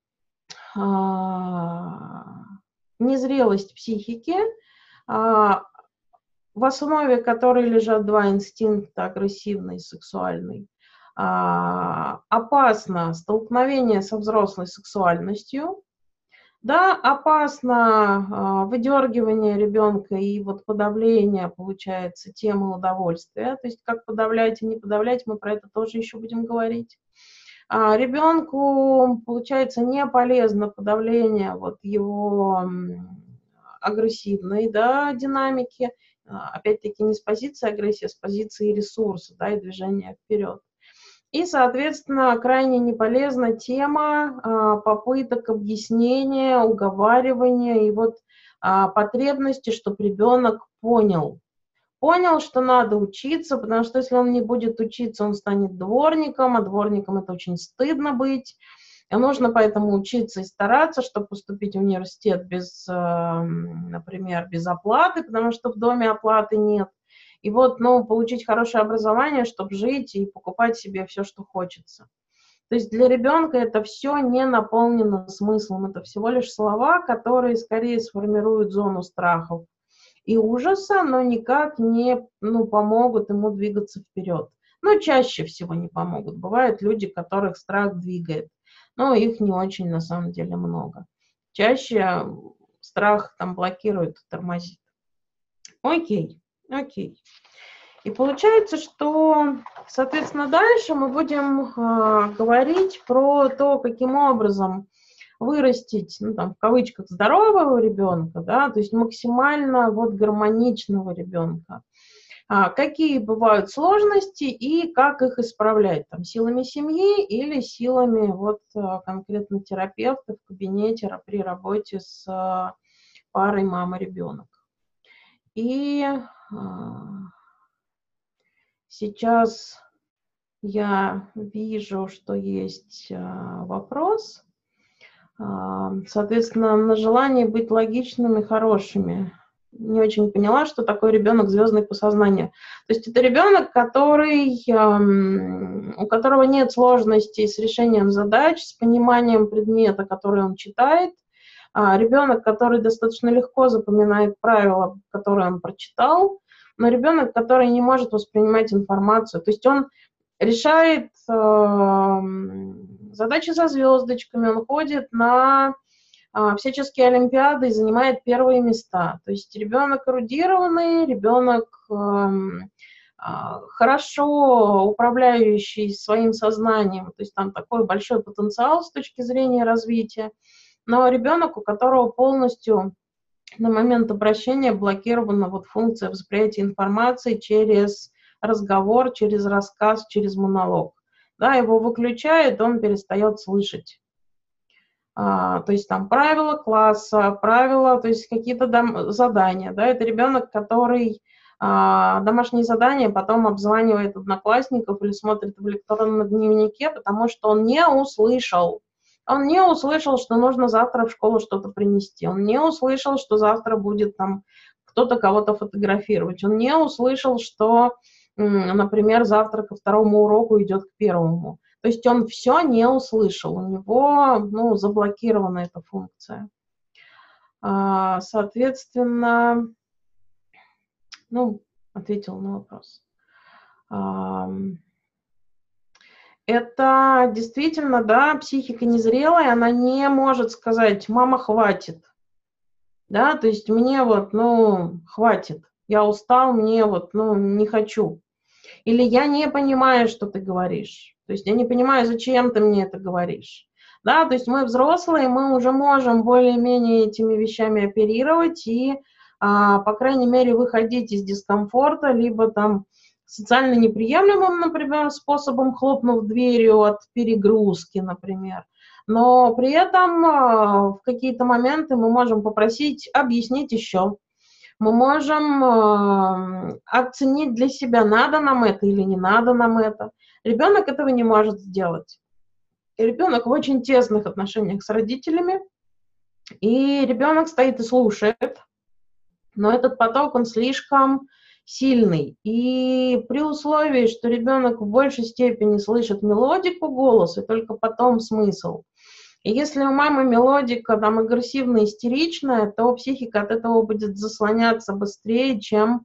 а, незрелость психики, а, в основе которой лежат два инстинкта, агрессивный и сексуальный, А, опасно столкновение со взрослой сексуальностью. Да, опасно а, выдергивание ребенка и вот подавление, получается, темы удовольствия. То есть как подавлять и не подавлять, мы про это тоже еще будем говорить. А, ребенку, получается, не полезно подавление вот его агрессивной, да, динамики. А, опять-таки не с позиции агрессии, а с позиции ресурса, да, и движения вперед. И, соответственно, крайне неполезна тема а, попыток объяснения, уговаривания и вот а, потребности, чтобы ребенок понял. Понял, что надо учиться, потому что если он не будет учиться, он станет дворником, а дворником это очень стыдно быть. И нужно поэтому учиться и стараться, чтобы поступить в университет без, например, без оплаты, потому что в доме оплаты нет. И вот, ну, получить хорошее образование, чтобы жить и покупать себе все, что хочется. То есть для ребенка это все не наполнено смыслом. Это всего лишь слова, которые скорее сформируют зону страхов и ужаса, но никак не, ну, помогут ему двигаться вперед. Но чаще всего не помогут. Бывают люди, которых страх двигает, но их не очень на самом деле много. Чаще страх там блокирует, тормозит. Окей. Окей. И получается, что, соответственно, дальше мы будем э, говорить про то, каким образом вырастить, ну, там, в кавычках, здорового ребенка, да, то есть максимально вот гармоничного ребенка. А, какие бывают сложности и как их исправлять, там, силами семьи или силами вот конкретно терапевта в кабинете при работе с э, парой мама-ребенок. И сейчас я вижу, что есть вопрос. Соответственно, на желание быть логичными, хорошими. Не очень поняла, что такое ребенок звездный по сознанию. То есть это ребенок, который, у которого нет сложностей с решением задач, с пониманием предмета, который он читает. А, ребенок, который достаточно легко запоминает правила, которые он прочитал, но ребенок, который не может воспринимать информацию. То есть он решает э, задачи со звездочками, он ходит на э, всяческие олимпиады и занимает первые места. То есть ребенок эрудированный, ребенок э, э, хорошо управляющий своим сознанием. То есть там такой большой потенциал с точки зрения развития. Но ребенок, у которого полностью на момент обращения блокирована вот функция восприятия информации через разговор, через рассказ, через монолог. Да, его выключает, он перестает слышать. А, то есть там правила класса, правила, то есть какие-то дом- задания. Да, это ребенок, который а, домашние задания потом обзванивает одноклассников или смотрит в электронном дневнике, потому что он не услышал. Он не услышал, что нужно завтра в школу что-то принести. Он не услышал, что завтра будет там кто-то кого-то фотографировать. Он не услышал, что, например, завтра ко второму уроку идет к первому. То есть он все не услышал. У него, ну, заблокирована эта функция. Соответственно, ну, ответил на вопрос. Это действительно, да, психика незрелая, она не может сказать: мама, хватит. Да, то есть мне вот, ну, хватит, я устал, мне вот, ну, не хочу. Или я не понимаю, что ты говоришь. То есть я не понимаю, зачем ты мне это говоришь. Да, то есть мы взрослые, мы уже можем более-менее этими вещами оперировать и, а, по крайней мере, выходить из дискомфорта, либо там социально неприемлемым, например, способом, хлопнув дверью от перегрузки, например. Но при этом в какие-то моменты мы можем попросить объяснить еще. Мы можем оценить для себя, надо нам это или не надо нам это. Ребенок этого не может сделать. И ребенок в очень тесных отношениях с родителями, и ребенок стоит и слушает, но этот поток, он слишком сильный. И при условии, что ребенок в большей степени слышит мелодику голоса, и только потом смысл. И если у мамы мелодика там агрессивная, истеричная, то психика от этого будет заслоняться быстрее, чем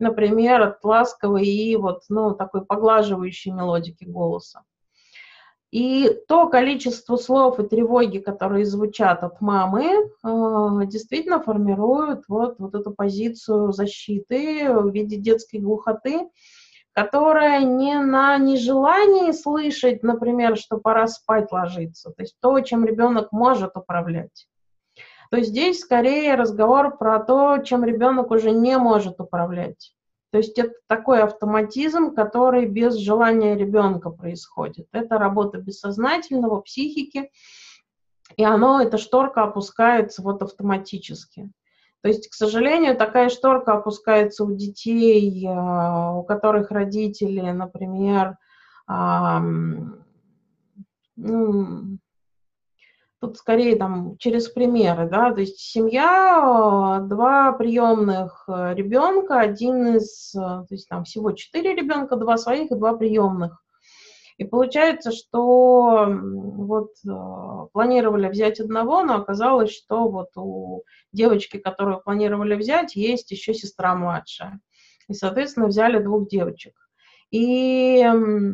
например, от ласковой и вот, ну, такой поглаживающей мелодики голоса. И то количество слов и тревоги, которые звучат от мамы, действительно формируют вот, вот эту позицию защиты в виде детской глухоты, которая не на нежелании слышать, например, что пора спать ложиться, то есть то, чем ребенок может управлять. То есть здесь скорее разговор про то, чем ребенок уже не может управлять. То есть это такой автоматизм, который без желания ребенка происходит. Это работа бессознательного, психики, и оно, эта шторка опускается вот автоматически. То есть, к сожалению, такая шторка опускается у детей, у которых родители, например, ну, тут скорее там через примеры, да, то есть семья, два приемных ребенка, один из, то есть там всего четыре ребенка, два своих и два приемных. И получается, что вот планировали взять одного, но оказалось, что вот у девочки, которую планировали взять, есть еще сестра младшая. И, соответственно, взяли двух девочек. И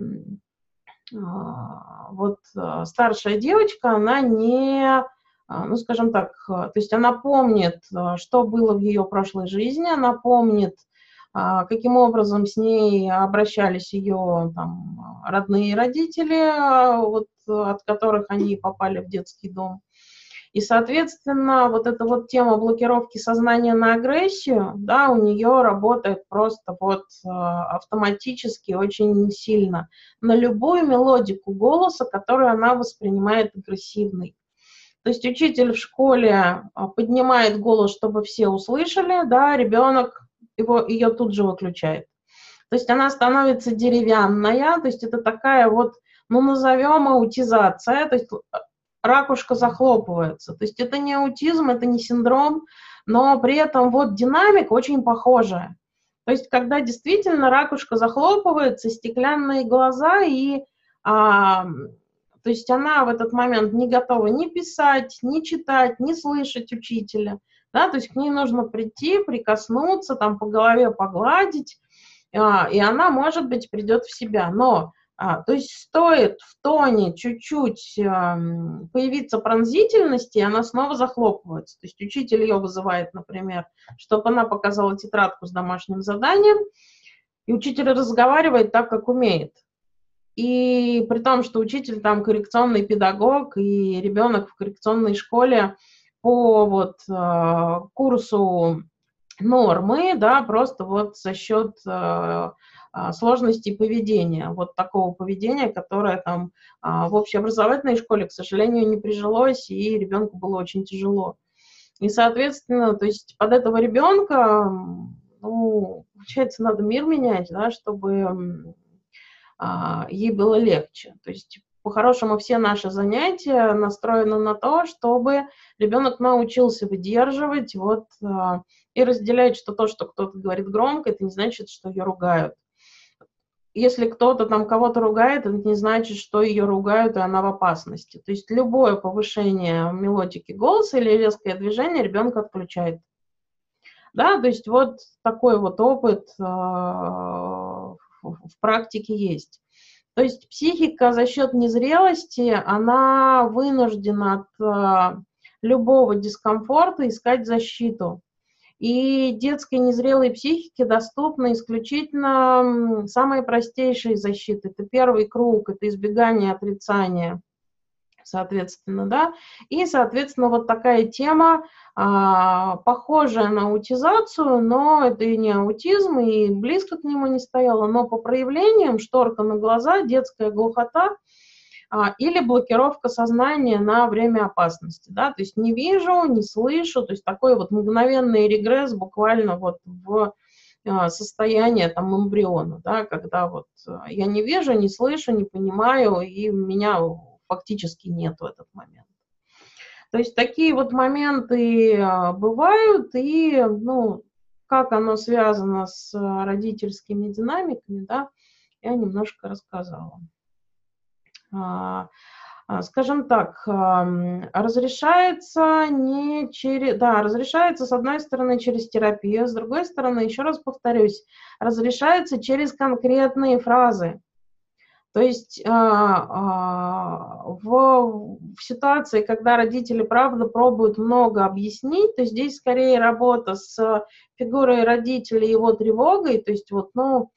вот старшая девочка, она не, ну, скажем так, то есть она помнит, что было в ее прошлой жизни, она помнит, каким образом с ней обращались ее там родные родители, вот, от которых они попали в детский дом. И, соответственно, вот эта вот тема блокировки сознания на агрессию, да, у нее работает просто вот автоматически очень сильно на любую мелодику голоса, которую она воспринимает агрессивной. То есть учитель в школе поднимает голос, чтобы все услышали, да, ребенок его, ее тут же выключает. То есть она становится деревянная, то есть это такая вот, ну, назовем аутизация, то есть ракушка захлопывается. То есть это не аутизм, это не синдром, но при этом вот динамика очень похожая. То есть когда действительно ракушка захлопывается, стеклянные глаза, и а, то есть она в этот момент не готова ни писать, ни читать, ни слышать учителя. Да, то есть к ней нужно прийти, прикоснуться, там по голове погладить, а, и она, может быть, придет в себя. Но А, то есть стоит в тоне чуть-чуть а, появиться пронзительности, и она снова захлопывается. То есть учитель ее вызывает, например, чтобы она показала тетрадку с домашним заданием, и учитель разговаривает так, как умеет. И при том, что учитель там коррекционный педагог, и ребенок в коррекционной школе по вот а, курсу нормы, да, просто вот за счет а, сложностей поведения, вот такого поведения, которое там в общеобразовательной школе, к сожалению, не прижилось, и ребенку было очень тяжело. И, соответственно, то есть под этого ребенка, ну, получается, надо мир менять, да, чтобы а, ей было легче. То есть, по-хорошему, все наши занятия настроены на то, чтобы ребенок научился выдерживать вот, а, и разделять, что то, что кто-то говорит громко, это не значит, что ее ругают. Если кто-то там кого-то ругает, это не значит, что ее ругают, и она в опасности. То есть любое повышение мелодики голоса или резкое движение ребенка отключает. Да, то есть вот такой вот опыт э, в, в практике есть. То есть психика за счет незрелости, она вынуждена от э, любого дискомфорта искать защиту. И детской незрелой психике доступны исключительно самые простейшие защиты. Это первый круг, это избегание отрицания, соответственно, да. И, соответственно, вот такая тема, а, похожая на аутизацию, но это и не аутизм, и близко к нему не стояло, но по проявлениям шторка на глаза, детская глухота, или блокировка сознания на время опасности, да, то есть не вижу, не слышу, то есть такой вот мгновенный регресс буквально вот в состояние там эмбриона, да, когда вот я не вижу, не слышу, не понимаю, и меня фактически нет в этот момент. То есть такие вот моменты бывают, и, ну, как оно связано с родительскими динамиками, да, я немножко рассказала. скажем так, разрешается не через, да, разрешается с одной стороны через терапию, с другой стороны, еще раз повторюсь, разрешается через конкретные фразы. То есть в, в ситуации, когда родители, правда, пробуют много объяснить, то здесь скорее работа с фигурой родителя и его тревогой, то есть вот, ну,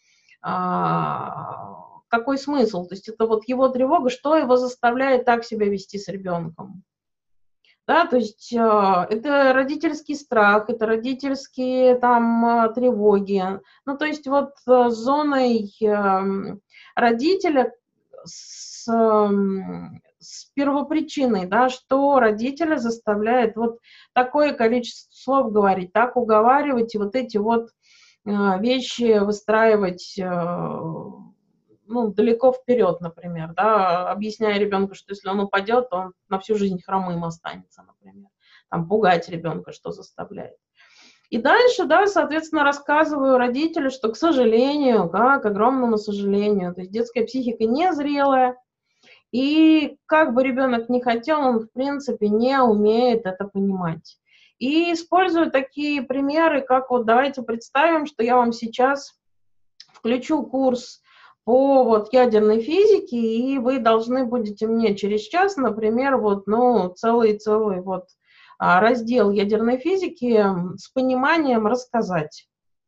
какой смысл? То есть это вот его тревога, что его заставляет так себя вести с ребенком. Да, то есть э, это родительский страх, это родительские там э, тревоги. Ну, то есть вот э, с зоной э, родителя, с, э, с первопричиной, да, что родителя заставляет вот такое количество слов говорить, так уговаривать и вот эти вот э, вещи выстраивать э, ну, далеко вперед, например, да, объясняя ребенку, что если он упадет, то он на всю жизнь хромым останется, например. Там, пугать ребенка, что заставляет. И дальше, да, соответственно, рассказываю родителю, что, к сожалению, да, к огромному сожалению, то есть детская психика незрелая, и как бы ребенок ни хотел, он, в принципе, не умеет это понимать. И использую такие примеры, как вот давайте представим, что я вам сейчас включу курс по вот ядерной физике, и вы должны будете мне через час, например, вот, ну, целый-целый вот раздел ядерной физики с пониманием рассказать.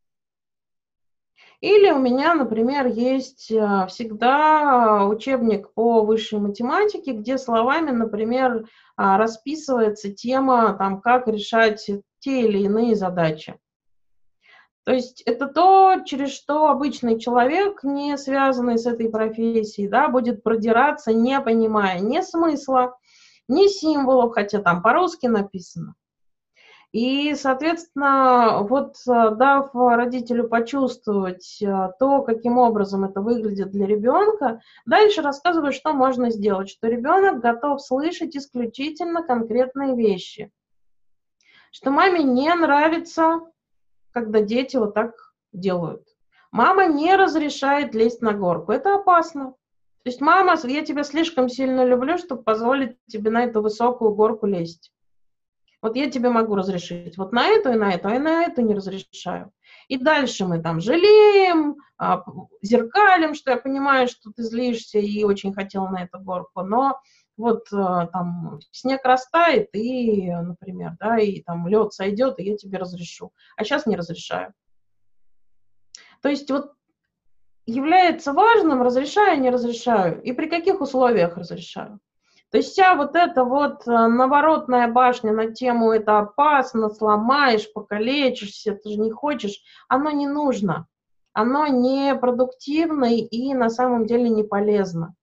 Или у меня, например, есть всегда учебник по высшей математике, где словами, например, расписывается тема, там, как решать те или иные задачи. То есть это то, через что обычный человек, не связанный с этой профессией, да, будет продираться, не понимая ни смысла, ни символов, хотя там по-русски написано. И, соответственно, вот дав родителю почувствовать то, каким образом это выглядит для ребенка, дальше рассказываю, что можно сделать, что ребенок готов слышать исключительно конкретные вещи, что маме не нравится, когда дети вот так делают. Мама не разрешает лезть на горку. Это опасно. То есть, мама, я тебя слишком сильно люблю, чтобы позволить тебе на эту высокую горку лезть. Вот я тебе могу разрешить. Вот на эту и на эту, а и на эту не разрешаю. И дальше мы там жалеем, зеркалим, что я понимаю, что ты злишься и очень хотела на эту горку, но вот там снег растает, и, например, да, и там лед сойдет, и я тебе разрешу. А сейчас не разрешаю. То есть вот является важным, разрешаю, не разрешаю, и при каких условиях разрешаю. То есть вся вот эта вот наворотная башня на тему «это опасно, сломаешь, покалечишься, ты же не хочешь», оно не нужно. Оно не продуктивно и на самом деле не полезно.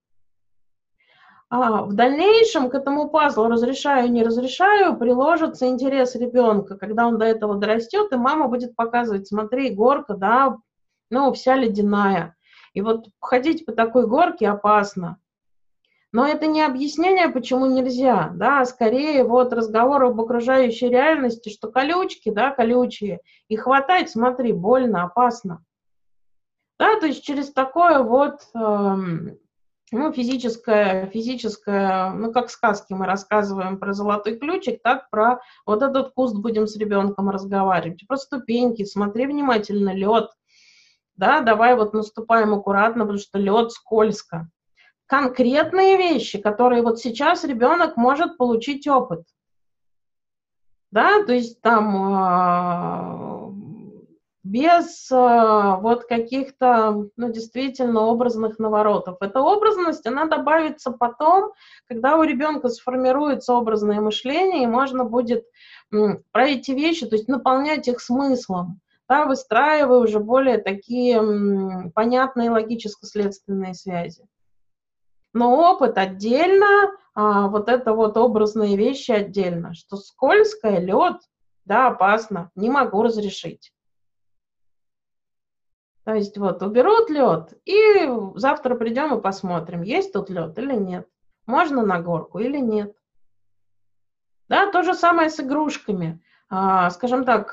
А в дальнейшем к этому пазлу разрешаю, не разрешаю приложится интерес ребенка, когда он до этого дорастет, и мама будет показывать: смотри, горка, да, ну, вся ледяная. И вот ходить по такой горке опасно. Но это не объяснение, почему нельзя, да, а скорее вот разговор об окружающей реальности, что колючки, да, колючие, и хватать, смотри, больно, опасно. Да, то есть через такое вот... Эм, Ну, физическое, физическое, ну, как сказки мы рассказываем про золотой ключик, так про вот этот куст будем с ребенком разговаривать. Про ступеньки, смотри внимательно, лед, да, давай вот наступаем аккуратно, потому что лед скользко. Конкретные вещи, которые вот сейчас ребенок может получить опыт. Да, то есть там... без э, вот каких-то, ну, действительно образных наворотов. Эта образность, она добавится потом, когда у ребенка сформируется образное мышление, и можно будет м, про эти вещи, то есть наполнять их смыслом, да, выстраивая уже более такие м, понятные логическо-следственные связи. Но опыт отдельно, а вот это вот образные вещи отдельно, что скользкое, лед, да, опасно, не могу разрешить. То есть вот уберут лед, и завтра придем и посмотрим, есть тут лед или нет. Можно на горку или нет. Да, то же самое с игрушками. А, скажем так,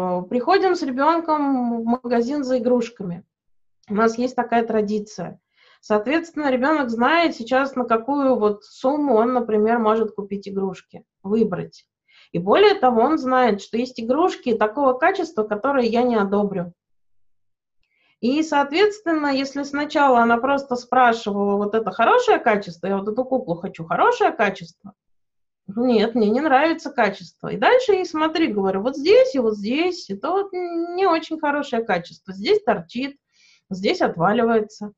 приходим с ребенком в магазин за игрушками. У нас есть такая традиция. Соответственно, ребенок знает сейчас, на какую вот сумму он, например, может купить игрушки, выбрать. И более того, он знает, что есть игрушки такого качества, которые я не одобрю. И, соответственно, если сначала она просто спрашивала, вот это хорошее качество, я вот эту куклу хочу, хорошее качество, нет, мне не нравится качество. И дальше ей смотри, говорю, вот здесь и вот здесь, это вот не очень хорошее качество. Здесь торчит, здесь отваливается.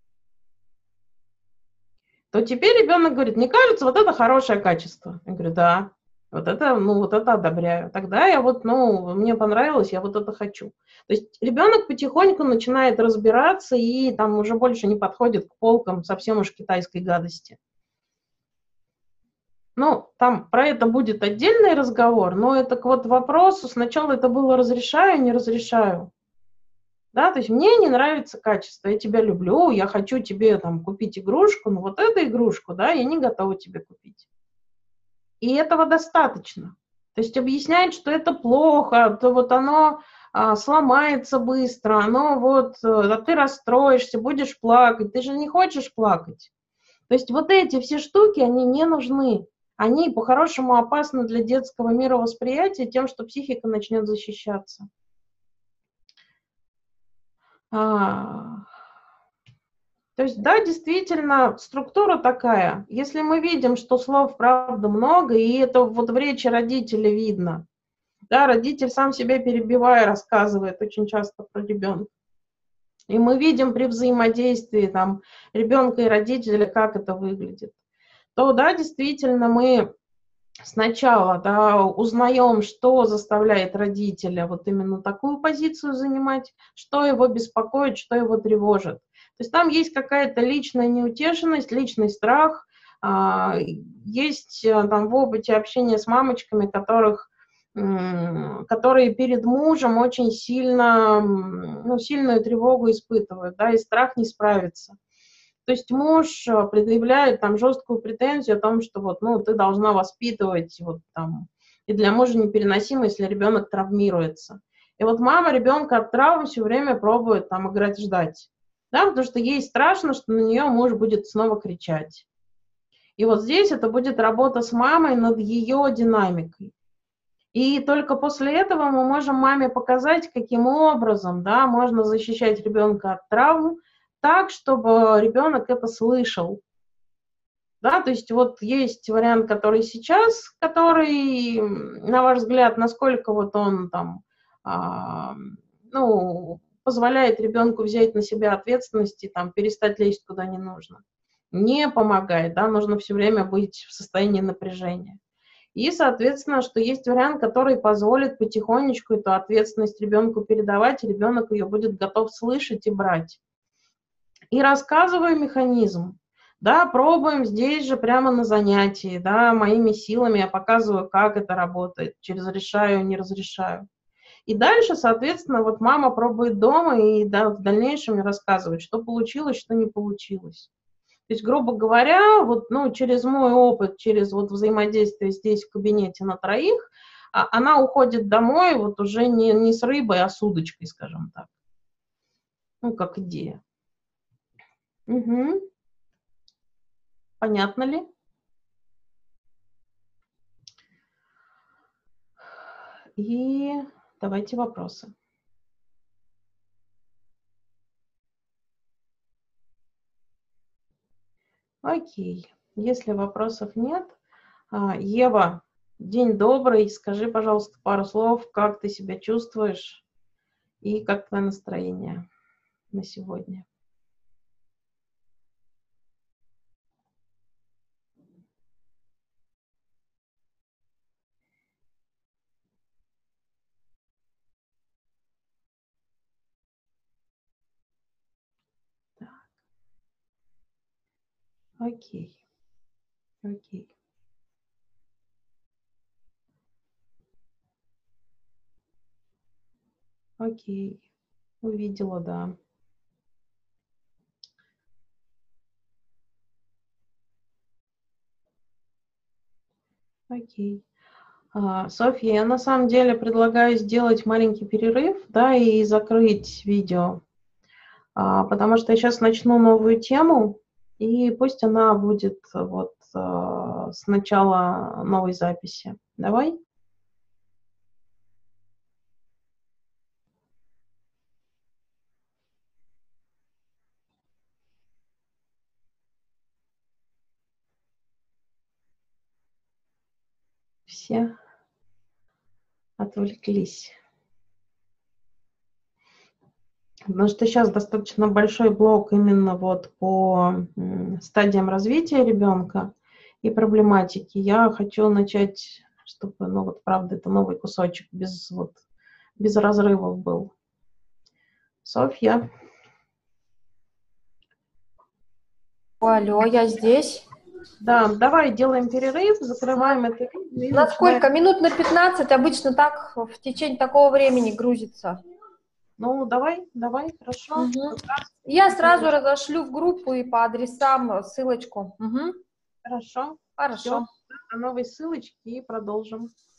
То теперь ребенок говорит, мне кажется, вот это хорошее качество. Я говорю, да, вот это, ну, вот это одобряю. Тогда я вот, ну, мне понравилось, я вот это хочу. То есть ребенок потихоньку начинает разбираться и там уже больше не подходит к полкам совсем уж китайской гадости. Ну, там про это будет отдельный разговор, но это к вот вопросу, сначала это было разрешаю, не разрешаю. Да, то есть мне не нравится качество, я тебя люблю, я хочу тебе там купить игрушку, но вот эту игрушку, да, я не готова тебе купить. И этого достаточно. То есть объяснять, что это плохо, то вот оно а, сломается быстро, оно вот, а ты расстроишься, будешь плакать, ты же не хочешь плакать. То есть вот эти все штуки, они не нужны. Они по-хорошему опасны для детского мировосприятия тем, что психика начнет защищаться. А, то есть, да, действительно, структура такая. Если мы видим, что слов, правда, много, и это вот в речи родителя видно, да, родитель сам себя перебивая рассказывает очень часто про ребенка. И мы видим при взаимодействии там ребенка и родителя, как это выглядит. То, да, действительно, мы сначала, да, узнаем, что заставляет родителя вот именно такую позицию занимать, что его беспокоит, что его тревожит. То есть там есть какая-то личная неутешенность, личный страх, есть там в опыте общения с мамочками, которых, которые перед мужем очень сильно, ну, сильную тревогу испытывают, да, и страх не справиться. То есть муж предъявляет там жесткую претензию о том, что вот, ну, ты должна воспитывать, вот там, и для мужа непереносимо, если ребенок травмируется. И вот мама ребенка от травм все время пробует там играть ждать, да, потому что ей страшно, что на нее муж будет снова кричать. И вот здесь это будет работа с мамой над ее динамикой. И только после этого мы можем маме показать, каким образом, да, можно защищать ребенка от травм, так, чтобы ребенок это слышал. Да, то есть вот есть вариант, который сейчас, который, на ваш взгляд, насколько вот он там, а, ну, позволяет ребенку взять на себя ответственность и там перестать лезть куда не нужно. Не помогает, да, нужно все время быть в состоянии напряжения. И, соответственно, что есть вариант, который позволит потихонечку эту ответственность ребенку передавать, и ребенок ее будет готов слышать и брать. И рассказываю механизм, да, пробуем здесь же прямо на занятии, да, моими силами я показываю, как это работает, через решаю, не разрешаю. И дальше, соответственно, вот мама пробует дома и, да, в дальнейшем мне рассказывает, что получилось, что не получилось. То есть, грубо говоря, вот, ну, через мой опыт, через вот взаимодействие здесь в кабинете на троих, она уходит домой вот уже не, не с рыбой, а с удочкой, скажем так. Ну, как идея. Угу. Понятно ли? И давайте вопросы. Окей. Если вопросов нет, Ева, день добрый. Скажи, пожалуйста, пару слов, как ты себя чувствуешь и как твое настроение на сегодня. Окей. Окей. Окей. Увидела, да. Окей. А, Софья, я на самом деле предлагаю сделать маленький перерыв, да, и закрыть видео. А, потому что я сейчас начну новую тему, и пусть она будет вот а, с начала новой записи. Давай? Все отвлеклись. Потому что сейчас достаточно большой блок именно вот по стадиям развития ребенка и проблематики. Я хочу начать, чтобы, ну вот правда, это новый кусочек без, вот, без разрывов был. Софья. Алло, я здесь. Да, давай делаем перерыв, закрываем это видео. На сколько? Минут на пятнадцать обычно так в течение такого времени грузится. Ну, давай, давай, хорошо. Угу. Я сразу разошлю в группу и по адресам ссылочку. Угу. Хорошо. Хорошо. Все, по новой ссылочке и продолжим.